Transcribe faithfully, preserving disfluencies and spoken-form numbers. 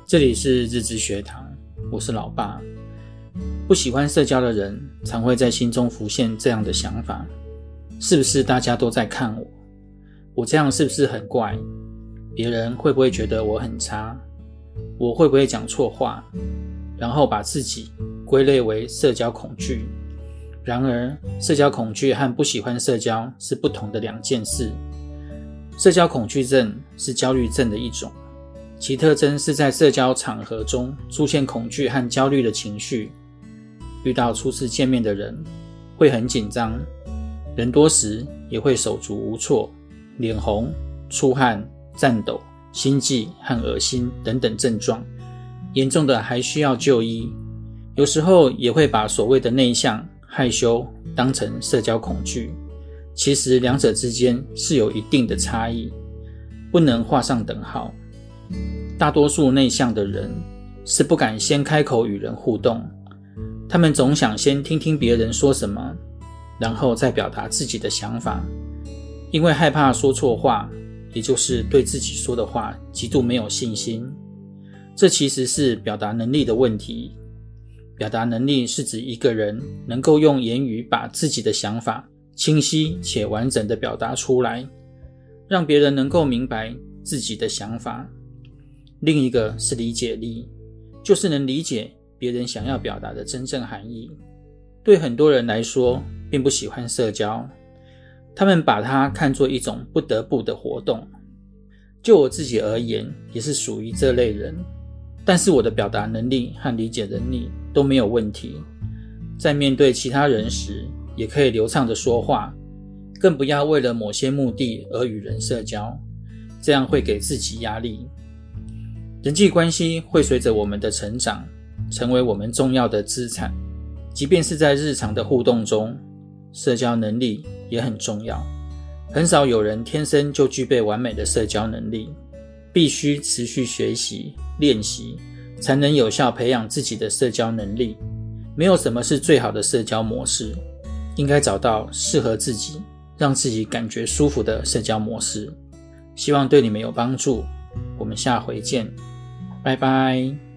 这里是日知学堂，我是老爸。不喜欢社交的人常会在心中浮现这样的想法，是不是大家都在看我？我这样是不是很怪？别人会不会觉得我很差？我会不会讲错话？然后把自己归类为社交恐惧。然而，社交恐惧和不喜欢社交是不同的两件事。社交恐惧症是焦虑症的一种，其特征是在社交场合中出现恐惧和焦虑的情绪。遇到初次见面的人会很紧张，人多时也会手足无措，脸红、出汗、颤抖、心悸和恶心等等症状，严重的还需要就医。有时候也会把所谓的内向、害羞当成社交恐惧，其实两者之间是有一定的差异，不能画上等号。大多数内向的人是不敢先开口与人互动，他们总想先听听别人说什么，然后再表达自己的想法。因为害怕说错话，也就是对自己说的话极度没有信心。这其实是表达能力的问题。表达能力是指一个人能够用言语把自己的想法清晰且完整地表达出来，让别人能够明白自己的想法。另一个是理解力，就是能理解别人想要表达的真正含义。对很多人来说并不喜欢社交，他们把它看作一种不得不的活动。就我自己而言，也是属于这类人，但是我的表达能力和理解能力都没有问题，在面对其他人时也可以流畅地说话，更不要为了某些目的而与人社交，这样会给自己压力。人际关系会随着我们的成长成为我们重要的资产，即便是在日常的互动中，社交能力也很重要。很少有人天生就具备完美的社交能力，必须持续学习练习，才能有效培养自己的社交能力。没有什么是最好的社交模式，应该找到适合自己让自己感觉舒服的社交模式。希望对你们有帮助，我们下回见，拜拜。